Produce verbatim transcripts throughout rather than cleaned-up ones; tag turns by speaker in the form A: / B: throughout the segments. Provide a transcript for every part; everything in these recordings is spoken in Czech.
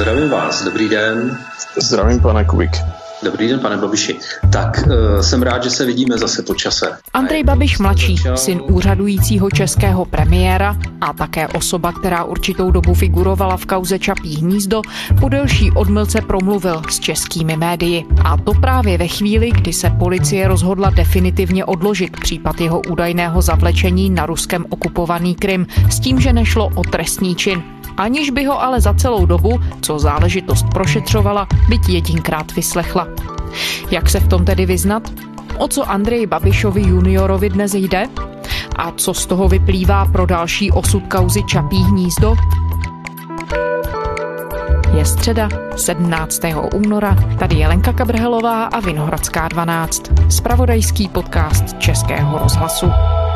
A: Zdravím vás, dobrý den.
B: Zdravím, pane Kubík.
A: Dobrý den, pane Babiši. Tak uh, jsem rád, že se vidíme zase po čase.
C: Andrej Babiš mladší, syn úřadujícího českého premiéra a také osoba, která určitou dobu figurovala v kauze Čapí hnízdo, po delší odmlce promluvil s českými médii. A to právě ve chvíli, kdy se policie rozhodla definitivně odložit případ jeho údajného zavlečení na Ruskem okupovaný Krym s tím, že nešlo o trestný čin. Aniž by ho ale za celou dobu, co záležitost prošetřovala, byť jedinkrát vyslechla. Jak se v tom tedy vyznat? O co Andreji Babišovi juniorovi dnes jde? A co z toho vyplývá pro další osud kauzy Čapí hnízdo? Je středa, sedmnáctého února, tady je Lenka Kabrhelová a Vinohradská dvanáct, zpravodajský podcast Českého rozhlasu.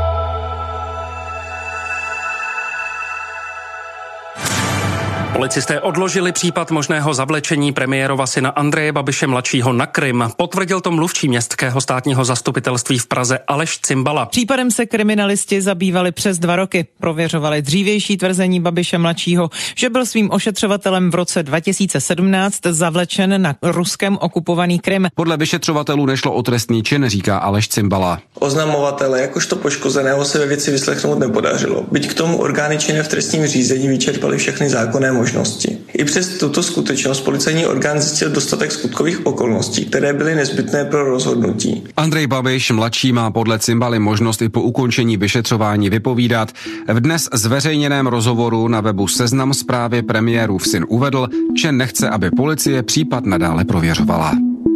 D: Policisté odložili případ možného zavlečení premiérova syna Andreje Babiše mladšího na Krym. Potvrdil to mluvčí městského státního zastupitelství v Praze Aleš Cimbala.
E: Případem se kriminalisti zabývali přes dva roky. Prověřovali dřívější tvrzení Babiše mladšího, že byl svým ošetřovatelem v roce dva tisíce sedmnáct zavlečen na Ruskem okupovaný Krym.
F: Podle vyšetřovatelů nešlo o trestný čin, říká Aleš Cimbala.
G: Oznamovatele jakožto poškozeného se ve věci vyslechnout nepodařilo. Byť k tomu orgány činné v trestním řízení vyčerpaly všechny zákonné možnosti. I přes tuto skutečnost policejní orgán zjistil dostatek skutkových okolností, které byly nezbytné pro rozhodnutí.
F: Andrej Babiš mladší má podle Cimbaly možnost i po ukončení vyšetřování vypovídat. V dnes zveřejněném rozhovoru na webu Seznam Zprávy premiérův syn uvedl, že nechce, aby policie případ nadále prověřovala.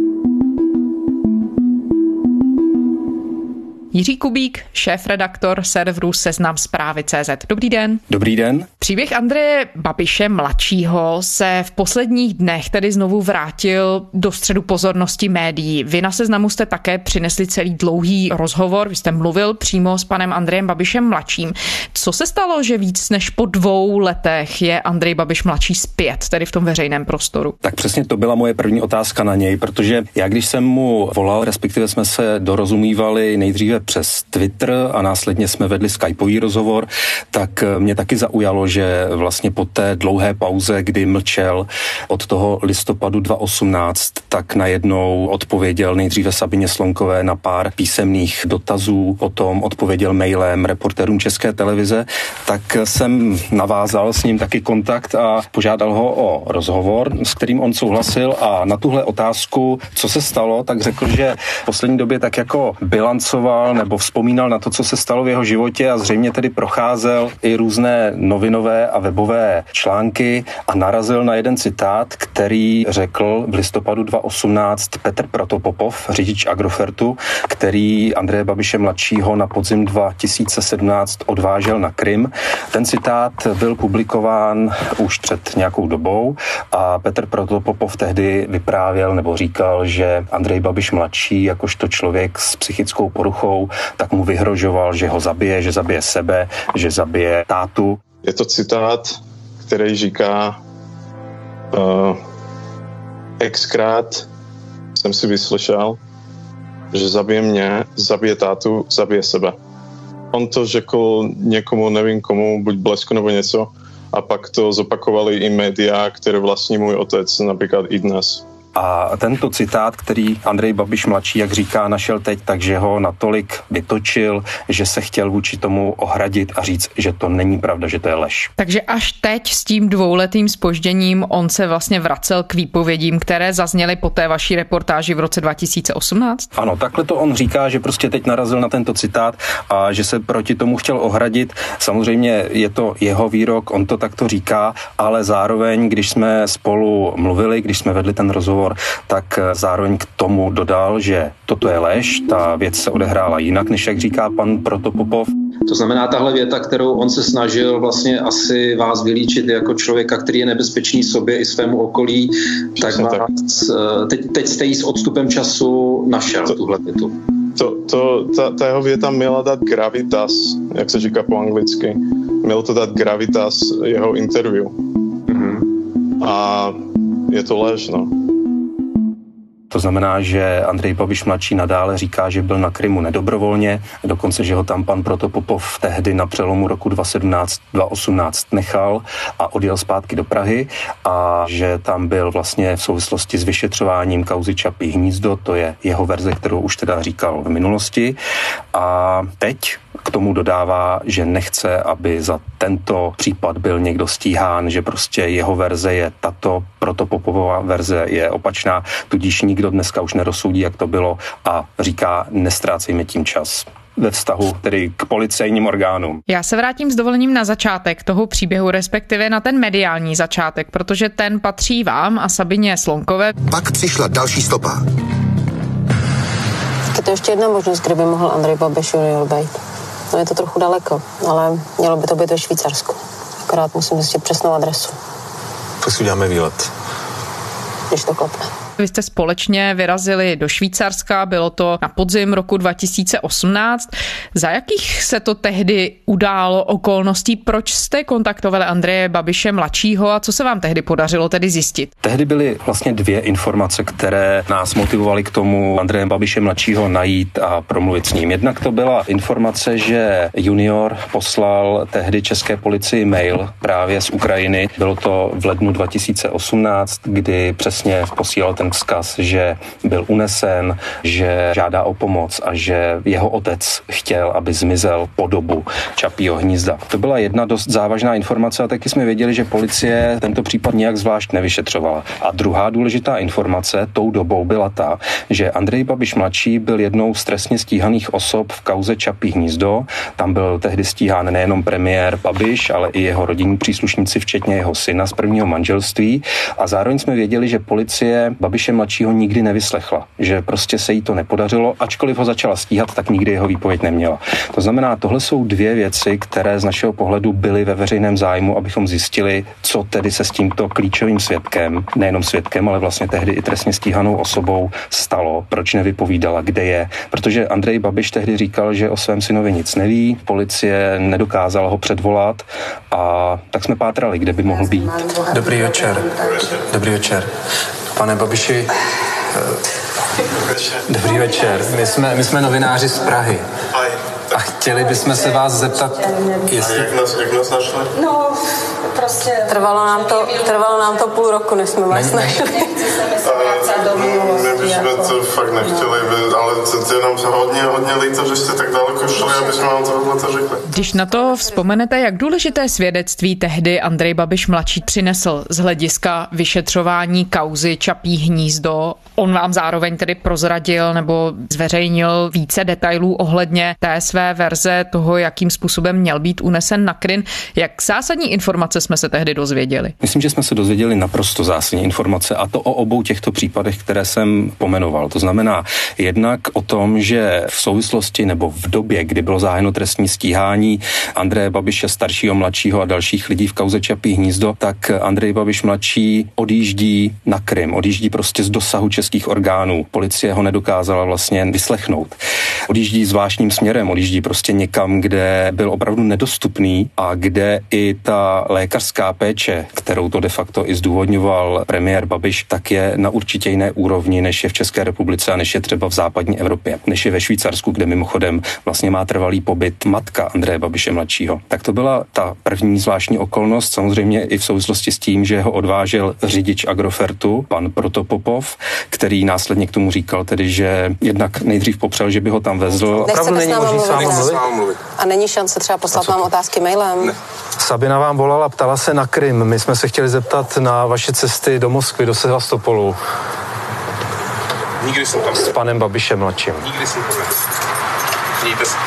C: Jiří Kubík, šéfredaktor serveru Seznam Zprávy tečka cé zet. Dobrý den.
H: Dobrý den.
C: Příběh Andreje Babiše mladšího se v posledních dnech tedy znovu vrátil do středu pozornosti médií. Vy na Seznamu jste také přinesli celý dlouhý rozhovor, vy jste mluvil přímo s panem Andrejem Babišem mladším. Co se stalo, že víc než po dvou letech je Andrej Babiš mladší zpět, tedy v tom veřejném prostoru?
H: Tak přesně to byla moje první otázka na něj, protože já když jsem mu volal, respektive jsme se dorozumívali nejdříve přes Twitter a následně jsme vedli skypový rozhovor, tak mě taky zaujalo, že vlastně po té dlouhé pauze, kdy mlčel od toho listopadu dva tisíce osmnáct, tak najednou odpověděl nejdříve Sabině Slonkové na pár písemných dotazů, potom odpověděl mailem reportérům České televize, tak jsem navázal s ním taky kontakt a požádal ho o rozhovor, s kterým on souhlasil, a na tuhle otázku, co se stalo, tak řekl, že v poslední době tak jako bilancoval nebo vzpomínal na to, co se stalo v jeho životě a zřejmě tedy procházel i různé novinové a webové články a narazil na jeden citát, který řekl v listopadu dva tisíce osmnáct Petr Protopopov, řidič Agrofertu, který Andreje Babiše mladšího na podzim dva tisíce sedmnáct odvážel na Krym. Ten citát byl publikován už před nějakou dobou a Petr Protopopov tehdy vyprávěl nebo říkal, že Andrej Babiš mladší, jakožto člověk s psychickou poruchou, tak mu vyhrožoval, že ho zabije, že zabije sebe, že zabije tátu.
B: Je to citát, který říká uh, xkrát jsem si vyslyšel, že zabije mě, zabije tátu, zabije sebe. On to řekl někomu, nevím komu, buď Blesku nebo něco, a pak to zopakovali i média, které vlastní můj otec, například i dnes.
H: A tento citát, který Andrej Babiš mladší, jak říká, našel teď, takže ho natolik vytočil, že se chtěl vůči tomu ohradit a říct, že to není pravda, že to je lež.
C: Takže až teď s tím dvouletým zpožděním on se vlastně vracel k výpovědím, které zazněly po té vaší reportáži v roce dva tisíce osmnáct?
H: Ano, takhle to on říká, že prostě teď narazil na tento citát a že se proti tomu chtěl ohradit. Samozřejmě je to jeho výrok, on to takto říká, ale zároveň, když jsme spolu mluvili, když jsme vedli ten rozhovor, tak zároveň k tomu dodal, že toto je lež, ta věc se odehrála jinak, než jak říká pan Protopopov.
A: To znamená, tahle věta, kterou on se snažil vlastně asi vás vylíčit jako člověka, který je nebezpečný sobě i svému okolí, tak vás, teď, teď jste jí s odstupem času našel, to, tuhle větu.
B: To, to, ta, ta jeho věta měla dát gravitas, jak se říká po anglicky. Mělo to dát gravitas jeho interview. Mm-hmm. A je to lež, no.
H: To znamená, že Andrej Babiš mladší nadále říká, že byl na Krymu nedobrovolně, dokonce, že ho tam pan Protopopov tehdy na přelomu roku dva tisíce sedmnáct dva tisíce osmnáct nechal a odjel zpátky do Prahy a že tam byl vlastně v souvislosti s vyšetřováním kauzy Čapí hnízdo, to je jeho verze, kterou už teda říkal v minulosti. A teď k tomu dodává, že nechce, aby za tento případ byl někdo stíhán, že prostě jeho verze je tato, Protopopová verze je opačná, tudíž nikdo dneska už nerozsoudí, jak to bylo a říká, nestrácejme tím čas ve vztahu tedy k policejním orgánům.
C: Já se vrátím s dovolením na začátek toho příběhu, respektive na ten mediální začátek, protože ten patří vám a Sabině Slonkové.
I: Pak přišla další stopa.
J: Je to ještě jedna možnost, kde by mohl Andrej Babiš junior být. No je to trochu daleko, ale mělo by to být ve Švýcarsku. Akorát musím zjistit přesnou adresu.
I: Tak si uděláme výlet.
J: Když to klapne.
C: Vy jste společně vyrazili do Švýcarska, bylo to na podzim roku dva tisíce osmnáct. Za jakých se to tehdy událo okolností? Proč jste kontaktovali Andreje Babiše mladšího a co se vám tehdy podařilo tedy zjistit?
H: Tehdy byly vlastně dvě informace, které nás motivovaly k tomu Andreje Babiše mladšího najít a promluvit s ním. Jednak to byla informace, že junior poslal tehdy české policii mail právě z Ukrajiny. Bylo to v lednu dva tisíce osmnáct, kdy přesně posílal ten vzkaz, že byl unesen, že žádá o pomoc a že jeho otec chtěl, aby zmizel po dobu Čapího hnízda. To byla jedna dost závažná informace a taky jsme věděli, že policie tento případ nějak zvlášť nevyšetřovala. A druhá důležitá informace tou dobou byla ta, že Andrej Babiš mladší byl jednou z trestně stíhaných osob v kauze Čapí hnízdo. Tam byl tehdy stíhán nejenom premiér Babiš, ale i jeho rodinní příslušníci, včetně jeho syna z prvního manželství. A zároveň jsme věděli, že policie Babiše mladšího nikdy nevyslechla, že prostě se jí to nepodařilo, ačkoliv ho začala stíhat, tak nikdy jeho výpověď neměla. To znamená, tohle jsou dvě věci, které z našeho pohledu byly ve veřejném zájmu, abychom zjistili, co tedy se s tímto klíčovým svědkem, nejenom svědkem, ale vlastně tehdy i trestně stíhanou osobou stalo, proč nevypovídala, kde je, protože Andrej Babiš tehdy říkal, že o svém synovi nic neví, policie nedokázala ho předvolat a tak jsme pátrali, kde by mohl být.
K: Dobrý večer. Dobrý večer. Pane Babiši, dobrý večer. My jsme, my jsme novináři z Prahy. A chtěli bychom se vás zeptat, jestli...
B: Jak nás, jak nás našli?
J: No, prostě... Trvalo nám to, trvalo nám to půl roku, než jsme vás našli.
B: My bychom to fakt nechtěli, ale to je nám hodně, hodně líto, že jste tak daleko šli, aby jsme vám tohle to řekli.
C: Když na to vzpomenete, jak důležité svědectví tehdy Andrej Babiš mladší přinesl z hlediska vyšetřování kauzy Čapí hnízdo, on vám zároveň tedy prozradil nebo zveřejnil více detailů ohledně té své verze toho, jakým způsobem měl být unesen na Krym. Jak zásadní informace jsme se tehdy dozvěděli?
H: Myslím, že jsme se dozvěděli naprosto zásadní informace a to o obou těchto případech, které jsem pomenoval. To znamená jednak o tom, že v souvislosti nebo v době, kdy bylo zahájeno trestní stíhání Andreje Babiše staršího, mladšího a dalších lidí v kauze Čapí hnízdo, tak Andrej Babiš mladší odjíždí na Krym, odjíždí prostě z dosahu českých orgánů. Policie ho nedokázala vlastně vyslechnout. Odjíždí zvláštním směrem, odjíždí prostě někam, kde byl opravdu nedostupný a kde i ta lékařská péče, kterou to de facto i zdůvodňoval premiér Babiš, tak je na určitě jiné úrovni, než je v České republice a než je třeba v západní Evropě, než je ve Švýcarsku, kde mimochodem vlastně má trvalý pobyt matka Andreje Babiše mladšího. Tak to byla ta první zvláštní okolnost, samozřejmě i v souvislosti s tím, že ho odvážel řidič Agrofertu, pan Protopopov, který následně k tomu říkal tedy, že jednak nejdřív popřel, že by ho tam vezl.
J: Opravdu není možný s vámi mluvit? A není šance třeba poslat nám otázky mailem?
K: Ne. Sabina vám volala, ptala se na Krym. My jsme se chtěli zeptat na vaše cesty do Moskvy, do Sevastopolu.
B: Nikdy jsem tam
K: s panem Babišem mladším.
B: Nikdy jsem tam Mějte se.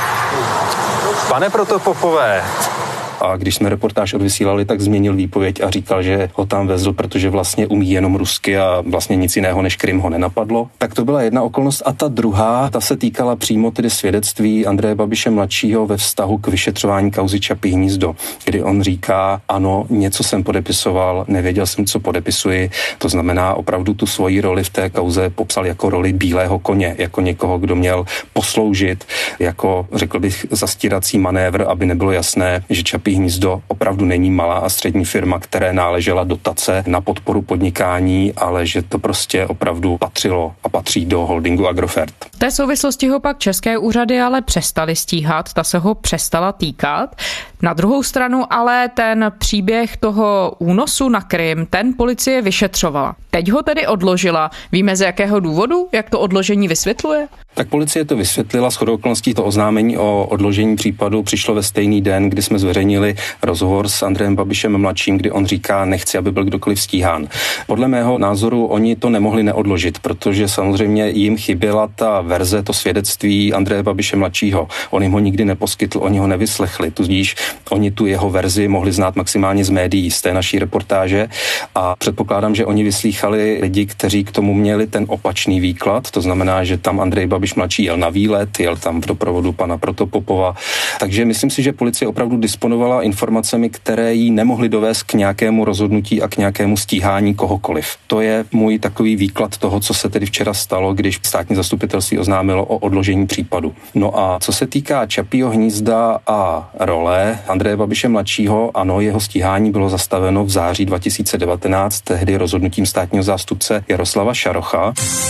K: Pane Protopopové,
H: a když jsme reportáž odvysílali, tak změnil výpověď a říkal, že ho tam vezl, protože vlastně umí jenom rusky a vlastně nic jiného než Krym ho nenapadlo. Tak to byla jedna okolnost. A ta druhá, ta se týkala přímo tedy svědectví Andreje Babiše mladšího ve vztahu k vyšetřování kauzy Čapí hnízdo, kdy on říká, ano, něco jsem podepisoval, nevěděl jsem, co podepisuji. To znamená, opravdu tu svoji roli v té kauze popsal jako roli bílého koně, jako někoho, kdo měl posloužit jako, řekl bych, zastírací manévr, aby nebylo jasné, že Čapí Čapí hnízdo opravdu není malá a střední firma, které náležela dotace na podporu podnikání, ale že to prostě opravdu patřilo a patří do holdingu Agrofert.
C: V té souvislosti ho pak české úřady ale přestaly stíhat, ta se ho přestala týkat. Na druhou stranu ale ten příběh toho únosu na Krym, ten policie vyšetřovala. Teď ho tedy odložila. Víme, z jakého důvodu? Jak to odložení vysvětluje?
H: Tak policie to vysvětlila. Shodou okolností to oznámení o odložení případu přišlo ve stejný den, kdy jsme zveřejnili rozhovor s Andrejem Babišem mladším, kdy on říká, nechci, aby byl kdokoliv stíhán. Podle mého názoru oni to nemohli neodložit, protože samozřejmě jim chyběla ta verze, to svědectví Andreje Babiše mladšího. On jim ho nikdy neposkytl, oni ho nevyslechli. Tudíž oni tu jeho verzi mohli znát maximálně z médií, z té naší reportáže a předpokládám, že oni vyslýchali lidi, kteří k tomu měli ten opačný výklad, to znamená, že tam Andrej Babiš mladší jel na výlet, jel tam v doprovodu pana Protopopova. Takže myslím si, že policie opravdu disponovala informacemi, které jí nemohly dovést k nějakému rozhodnutí a k nějakému stíhání kohokoliv. To je můj takový výklad toho, co se tedy včera stalo, když státní zastupitelství oznámilo o odložení případu. No a co se týká Čapího hnízda a role Andreje Babiše mladšího, ano, jeho stíhání bylo zastaveno v září dva tisíce devatenáct, tehdy rozhodnutím státního zástupce Jaroslava Šarocha.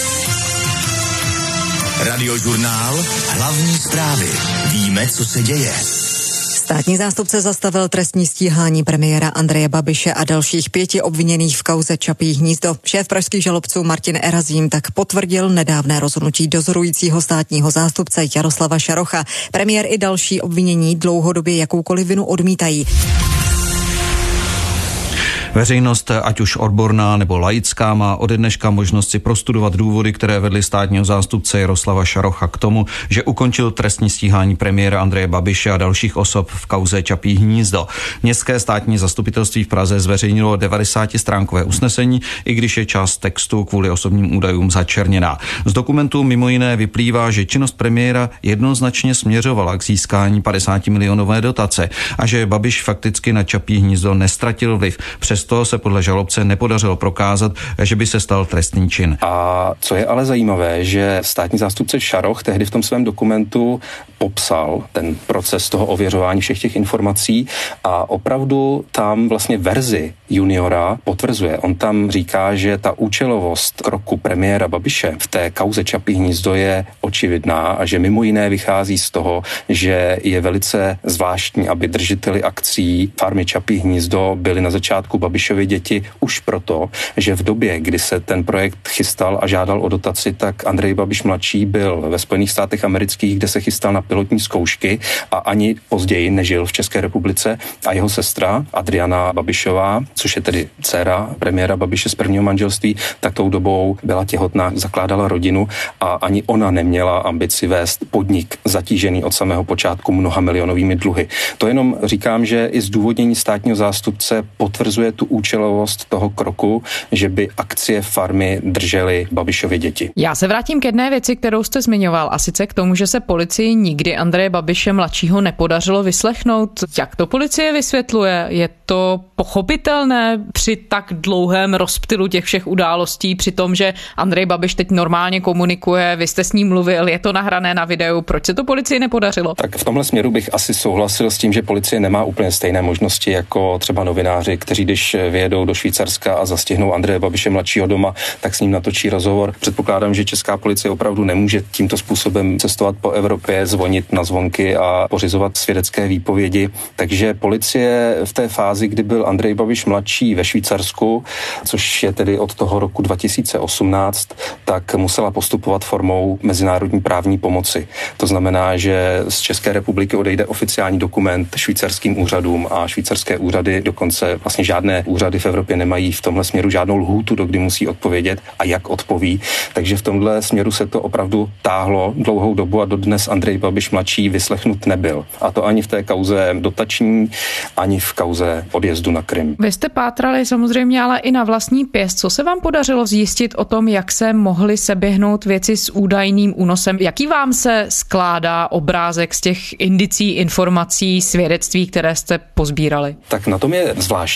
L: Radiožurnál, hlavní zprávy. Víme, co se děje.
M: Státní zástupce zastavil trestní stíhání premiéra Andreje Babiše a dalších pěti obviněných v kauze Čapí hnízdo. Šéf pražských žalobců Martin Erazím tak potvrdil nedávné rozhodnutí dozorujícího státního zástupce Jaroslava Šarocha. Premiér i další obvinění dlouhodobě jakoukoliv vinu odmítají.
N: Veřejnost, ať už odborná nebo laická, má ode dneška možnost si prostudovat důvody, které vedly státního zástupce Jaroslava Šarocha k tomu, že ukončil trestní stíhání premiéra Andreje Babiše a dalších osob v kauze Čapí hnízdo. Městské státní zastupitelství v Praze zveřejnilo devadesátistánkové usnesení, i když je část textu kvůli osobním údajům začerněná. Z dokumentu mimo jiné vyplývá, že činnost premiéra jednoznačně směřovala k získání padesátimilionové dotace a že Babiš fakticky na Čapí hnízdo nestratil vliv. Přes toho se podle žalobce nepodařilo prokázat, že by se stal trestný čin.
H: A co je ale zajímavé, že státní zástupce Šaroch tehdy v tom svém dokumentu popsal ten proces toho ověřování všech těch informací a opravdu tam vlastně verzi juniora potvrzuje. On tam říká, že ta účelovost kroku premiéra Babiše v té kauze Čapí hnízdo je očividná a že mimo jiné vychází z toho, že je velice zvláštní, aby držiteli akcí farmy Čapí hnízdo byli na začátku Babišovy děti už proto, že v době, kdy se ten projekt chystal a žádal o dotaci, tak Andrej Babiš mladší byl ve Spojených státech amerických, kde se chystal na pilotní zkoušky a ani později nežil v České republice a jeho sestra Adriana Babišová, což je tedy dcera premiéra Babiše z prvního manželství, tak tou dobou byla těhotná, zakládala rodinu a ani ona neměla ambici vést podnik zatížený od samého počátku mnoha milionovými dluhy. To jenom říkám, že i zdůvodnění státního zástupce potvrzuje tu účelovost toho kroku, že by akcie farmy držely Babišovy děti.
C: Já se vrátím k jedné věci, kterou jste zmiňoval, a sice k tomu, že se policii nikdy Andreje Babiše mladšího nepodařilo vyslechnout. Jak to policie vysvětluje? Je to pochopitelné při tak dlouhém rozptylu těch všech událostí, při tom, že Andrej Babiš teď normálně komunikuje, vy jste s ním mluvil, je to nahrané na videu, proč se to policii nepodařilo?
H: Tak v tomhle směru bych asi souhlasil s tím, že policie nemá úplně stejné možnosti jako třeba novináři, kteří když vyjedou do Švýcarska a zastihnou Andreje Babiše mladšího doma, tak s ním natočí rozhovor. Předpokládám, že česká policie opravdu nemůže tímto způsobem cestovat po Evropě, zvonit na zvonky a pořizovat svědecké výpovědi. Takže policie v té fázi, kdy byl Andrej Babiš mladší ve Švýcarsku, což je tedy od toho roku dva tisíce osmnáct, tak musela postupovat formou mezinárodní právní pomoci. To znamená, že z České republiky odejde oficiální dokument švýcarským úřadům a švýcarské úřady dokonce vlastně žádné úřady v Evropě nemají v tomhle směru žádnou lhůtu, do kdy musí odpovědět a jak odpoví. Takže v tomhle směru se to opravdu táhlo dlouhou dobu a dodnes Andrej Babiš mladší vyslechnut nebyl. A to ani v té kauze dotační, ani v kauze odjezdu na Krym.
C: Vy jste pátrali samozřejmě ale i na vlastní pěst. Co se vám podařilo zjistit o tom, jak se mohly seběhnout věci s údajným únosem? Jaký vám se skládá obrázek z těch indicí, informací, svědectví, které jste pozbírali?
H: Tak na tom je zvláštní samozřejmě,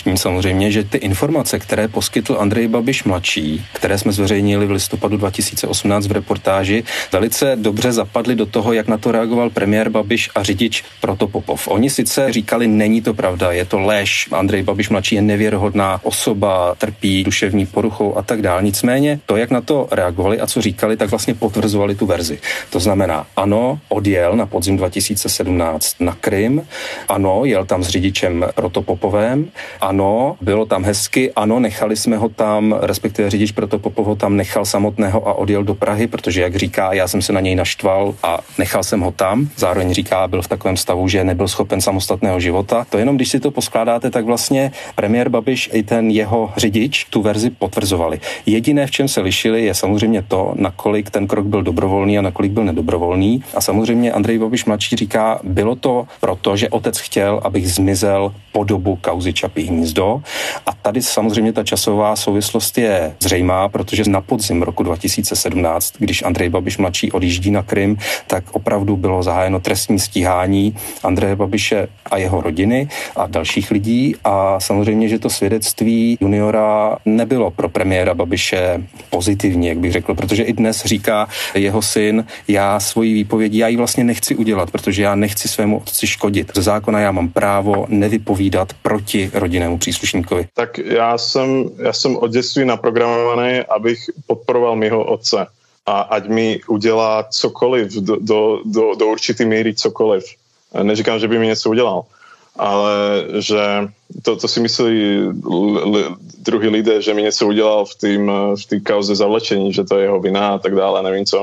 H: samozřejmě, že ty informace, které poskytl Andrej Babiš mladší, které jsme zveřejnili v listopadu dva tisíce osmnáct v reportáži, velice dobře zapadly do toho, jak na to reagoval premiér Babiš a řidič Protopopov. Oni sice říkali, není to pravda, je to lež, Andrej Babiš mladší je nevěrohodná osoba, trpí duševní poruchou a tak dále. Nicméně to, jak na to reagovali a co říkali, tak vlastně potvrzovali tu verzi. To znamená, ano, odjel na podzim dva tisíce sedmnáct na Krym, ano, jel tam s řidičem Protopopovem, ano, bylo tam hezky, ano, nechali jsme ho tam, respektive řidič Protopopov ho tam nechal samotného a odjel do Prahy, protože, jak říká, já jsem se na něj naštval a nechal jsem ho tam. Zároveň říká, byl v takovém stavu, že nebyl schopen samostatného života. To jenom, když si to poskládáte, tak vlastně premiér Babiš i ten jeho řidič tu verzi potvrzovali. Jediné, v čem se lišili, je samozřejmě to, nakolik ten krok byl dobrovolný a nakolik byl nedobrovolný. A samozřejmě Andrej Babiš mladší říká, bylo to proto, že otec chtěl, abych zmizel po dobu kauzy Čapí hnízdo. A tady samozřejmě ta časová souvislost je zřejmá, protože na podzim roku dva tisíce sedmnáct, když Andrej Babiš mladší odjíždí na Krym, tak opravdu bylo zahájeno trestní stíhání Andreje Babiše a jeho rodiny a dalších lidí. A samozřejmě, že to svědectví juniora nebylo pro premiéra Babiše pozitivní, jak bych řekl, protože i dnes říká jeho syn, já svoji výpovědi, já ji vlastně nechci udělat, protože já nechci svému otci škodit. Ze zákona já mám právo nevypovídat proti rodinnému příslušníkovi.
B: Tak já jsem, já jsem od dětství naprogramovaný, abych podporoval mého otce. A ať mi udělá cokoliv, do, do, do, do určitý míry cokoliv. Neříkám, že by mi něco udělal, ale že to, to si myslí li, druhý lidé, že mi něco udělal v tým, v té kauze zavlečení, že to je jeho vina a tak dále, nevím co.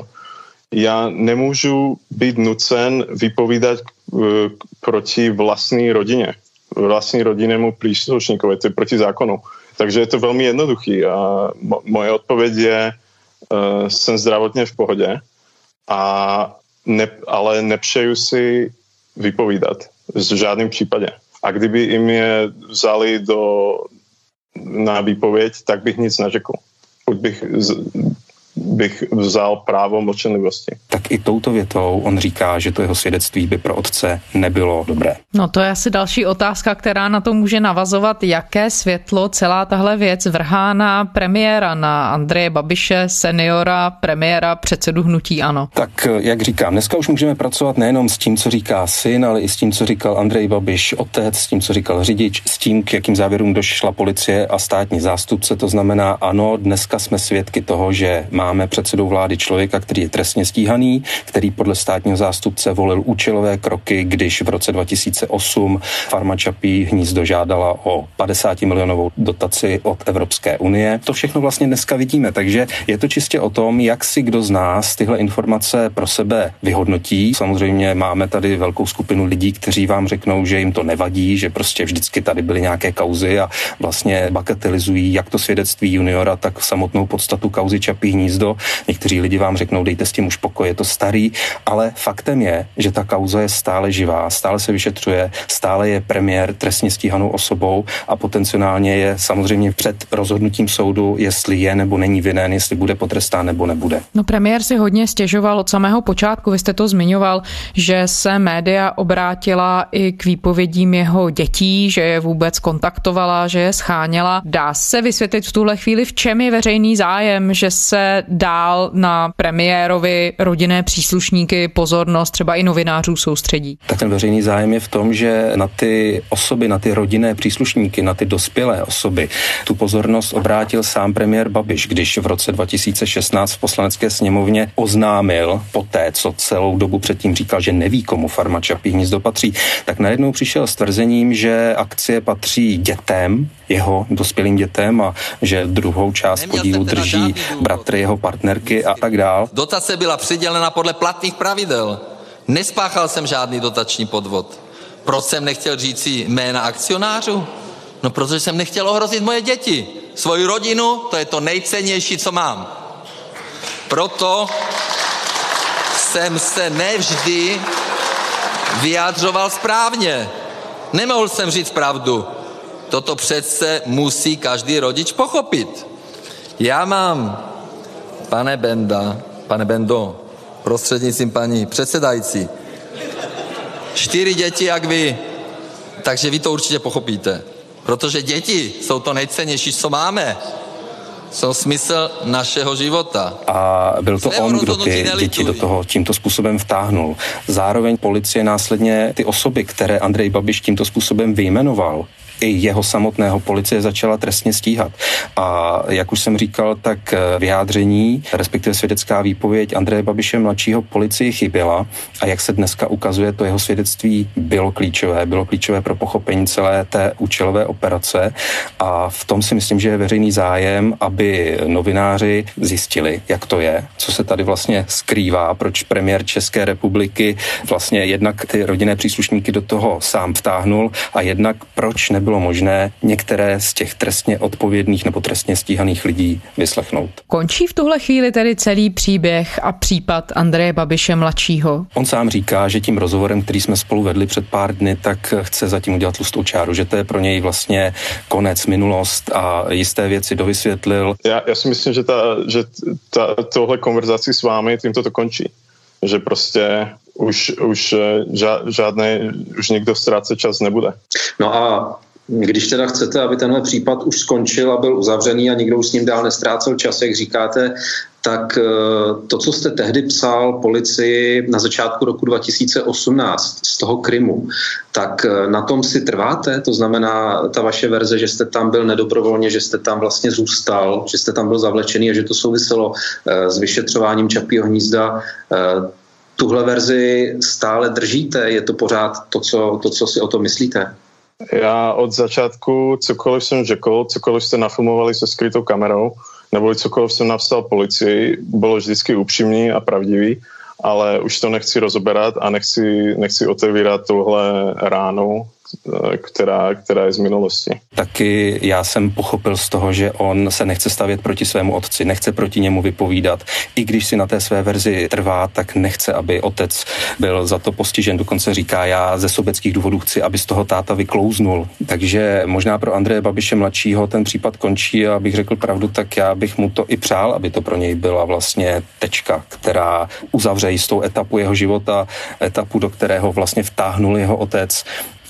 B: Já nemůžu být nucen vypovídat uh, proti vlastní rodině, vlastní rodinnému příslušníkovi, to je proti zákonu. Takže je to velmi jednoduchý a mo- moje odpověď je, uh, jsem zdravotně v pohodě, a ne, ale nepřeju si vypovídat v žádném případě. A kdyby jim je vzali do, na výpověď, tak bych nic neřekl. Buď bych z, bych vzal právo mlčenlivosti.
H: Tak i touto větou on říká, že to jeho svědectví by pro otce nebylo dobré.
C: No to je asi další otázka, která na to může navazovat, jaké světlo celá tahle věc vrhá na premiéra, na Andreje Babiše, seniora, premiéra, předsedu hnutí ANO.
H: Tak jak říkám, dneska už můžeme pracovat nejenom s tím, co říká syn, ale i s tím, co říkal Andrej Babiš otec, s tím, co říkal řidič, s tím, k jakým závěrům došla policie a státní zástupce. To znamená, ano, dneska jsme svědky toho, že má Máme předsedou vlády člověka, který je trestně stíhaný, který podle státního zástupce volil účelové kroky, když v roce dva tisíce osm farma Čapí hnízdo žádala o padesát milionovou dotaci od Evropské unie. To všechno vlastně dneska vidíme, takže je to čistě o tom, jak si kdo z nás tyhle informace pro sebe vyhodnotí. Samozřejmě máme tady velkou skupinu lidí, kteří vám řeknou, že jim to nevadí, že prostě vždycky tady byly nějaké kauzy a vlastně bagatelizují jak to svědectví juniora, tak samotnou podstatu kauzy Čapí hnízdo. Někteří lidi vám řeknou, dejte s tím už pokoj, je to starý, ale faktem je, že ta kauza je stále živá, stále se vyšetřuje, stále je premiér trestně stíhanou osobou a potenciálně je samozřejmě před rozhodnutím soudu, jestli je nebo není vinen, jestli bude potrestán nebo nebude.
C: No premiér si hodně stěžoval od samého počátku, vy jste to zmiňoval, že se média obrátila i k výpovědím jeho dětí, že je vůbec kontaktovala, že je scháněla. Dá se vysvětlit v tuhle chvíli, v čem je veřejný zájem, že se dál na premiérovi rodinné příslušníky pozornost třeba i novinářů soustředí?
H: Tak ten veřejný zájem je v tom, že na ty osoby, na ty rodinné příslušníky, na ty dospělé osoby tu pozornost obrátil sám premiér Babiš, když v roce dva tisíce šestnáct v Poslanecké sněmovně oznámil poté, co celou dobu předtím říkal, že neví, komu farma Čapí hnízdo patří, tak najednou přišel s tvrzením, že akcie patří dětem, jeho dospělým dětem a že druhou část podílu drží bratr jeho partnerky a tak dál.
O: Dotace byla přidělena podle platných pravidel. Nespáchal jsem žádný dotační podvod. Proč jsem nechtěl říci jména akcionářů? No, protože jsem nechtěl ohrozit moje děti. Svoji rodinu, to je to nejcennější, co mám. Proto jsem se nevždy vyjádřoval správně. Nemohl jsem říct pravdu. Toto přece musí každý rodič pochopit. Já mám, pane Benda, pane Bendo, prostřednictvím paní předsedající, čtyři děti jak vy, takže vy to určitě pochopíte. Protože děti jsou to nejcennější, co máme. Jsou smysl našeho života.
H: A byl to on, kdo ty děti do toho tímto způsobem vtáhnul. Zároveň policie následně ty osoby, které Andrej Babiš tímto způsobem vyjmenoval, i jeho samotného policie začala trestně stíhat. A jak už jsem říkal, tak vyjádření, respektive svědecká výpověď Andreje Babiše mladšího policii chyběla a jak se dneska ukazuje, to jeho svědectví bylo klíčové, bylo klíčové pro pochopení celé té účelové operace a v tom si myslím, že je veřejný zájem, aby novináři zjistili, jak to je, co se tady vlastně skrývá, proč premiér České republiky vlastně jednak ty rodinné příslušníky do toho sám vtáhnul a jednak proč nebyl bylo možné některé z těch trestně odpovědných nebo trestně stíhaných lidí vyslechnout.
C: Končí v tuhle chvíli tedy celý příběh a případ Andreje Babiše mladšího?
H: On sám říká, že tím rozhovorem, který jsme spolu vedli před pár dny, tak chce zatím udělat tlustou čáru, že to je pro něj vlastně konec, minulost a jisté věci dovysvětlil.
B: Já, já si myslím, že, ta, že ta, tohle konverzaci s vámi tímto to končí. Že prostě už, už žádný, už nikdo ztrácet čas nebude.
A: No a když teda chcete, aby tenhle případ už skončil a byl uzavřený a nikdo už s ním dál nestrácel čas, jak říkáte, tak to, co jste tehdy psal policii na začátku roku dva tisíce osmnáct z toho Krymu, tak na tom si trváte? To znamená ta vaše verze, že jste tam byl nedobrovolně, že jste tam vlastně zůstal, že jste tam byl zavlečený a že to souviselo s vyšetřováním Čapího hnízda. Tuhle verzi stále držíte? Je to pořád to, co, to, co si o tom myslíte?
B: Já od začátku, cokoliv jsem řekl, cokoliv jste nafilmovali se skrytou kamerou, nebo cokoliv jsem napsal policii, bylo vždycky upřímný a pravdivý, ale už to nechci rozoberat a nechci, nechci otevírat tohle ránu, která, která je z minulosti.
H: Taky já jsem pochopil z toho, že on se nechce stavět proti svému otci, nechce proti němu vypovídat. I když si na té své verzi trvá, tak nechce, aby otec byl za to postižen. Dokonce říká, já ze sobeckých důvodů chci, aby z toho táta vyklouznul. Takže možná pro Andreje Babiše mladšího ten případ končí a abych řekl pravdu, tak já bych mu to i přál, aby to pro něj byla vlastně tečka, která uzavře jistou etapu jeho života, etapu, do kterého vlastně vtáhnul jeho otec.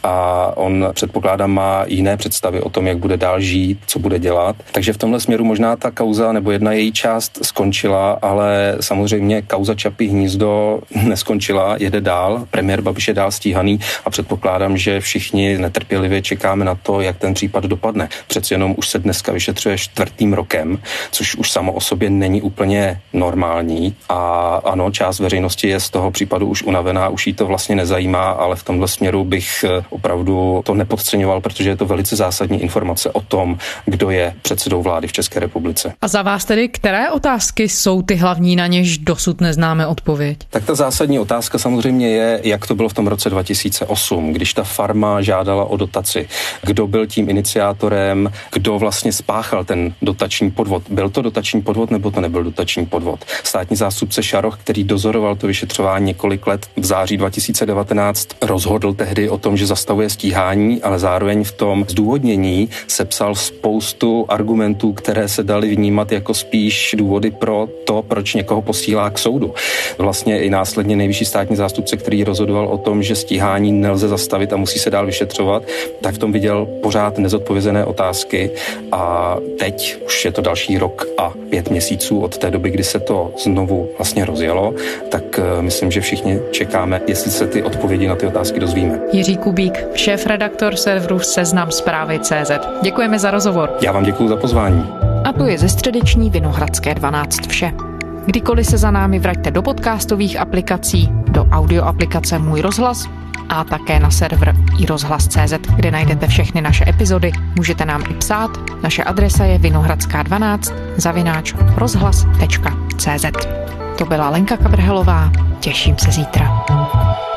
H: A on, předpokládám, má jiné představy o tom, jak bude dál žít, co bude dělat. Takže v tomhle směru možná ta kauza nebo jedna její část skončila, ale samozřejmě kauza Čapí hnízdo neskončila, jede dál, premiér Babiš je dál stíhaný a předpokládám, že všichni netrpělivě čekáme na to, jak ten případ dopadne. Přeci jenom už se dneska vyšetřuje čtvrtým rokem, což už samo o sobě není úplně normální a ano, část veřejnosti je z toho případu už unavená, už jí to vlastně nezajímá, ale v tomhle směru bych opravdu to nepodceňoval, protože je to velice zásadní informace o tom, kdo je předsedou vlády v České republice.
C: A za vás tedy, které otázky jsou ty hlavní, na něž dosud neznáme odpověď?
H: Tak ta zásadní otázka samozřejmě je, jak to bylo v tom roce dva tisíce osm, když ta farma žádala o dotaci. Kdo byl tím iniciátorem, kdo vlastně spáchal ten dotační podvod. Byl to dotační podvod nebo to nebyl dotační podvod? Státní zástupce Šaroch, který dozoroval to vyšetřování několik let, v září dva tisíce devatenáct rozhodl tehdy o tom, že zastavuje stíhání, ale zároveň v tom zdůvodnění sepsal spoustu argumentů, které se daly vnímat jako spíš důvody pro to, proč někoho posílá k soudu. Vlastně i následně nejvyšší státní zástupce, který rozhodoval o tom, že stíhání nelze zastavit a musí se dál vyšetřovat, tak v tom viděl pořád nezodpovězené otázky a teď už je to další rok a pět měsíců od té doby, kdy se to znovu vlastně rozjelo, tak myslím, že všichni čekáme, jestli se ty odpovědi na ty otázky dozvíme.
C: Jiří Kubík, šéf-redaktor serveru Seznam Zprávy tečka cé zet. Děkujeme za rozhovor.
H: Já vám děkuji za pozvání.
C: A to je ze středeční Vinohradské dvanáct vše. Kdykoliv se za námi vraťte do podcastových aplikací, do audio aplikace Můj rozhlas a také na server i rozhlas tečka cé zet, kde najdete všechny naše epizody. Můžete nám i psát. Naše adresa je vinohradská dvanáct zavináč rozhlas tečka cé zet. To byla Lenka Kabrhelová. Těším se zítra.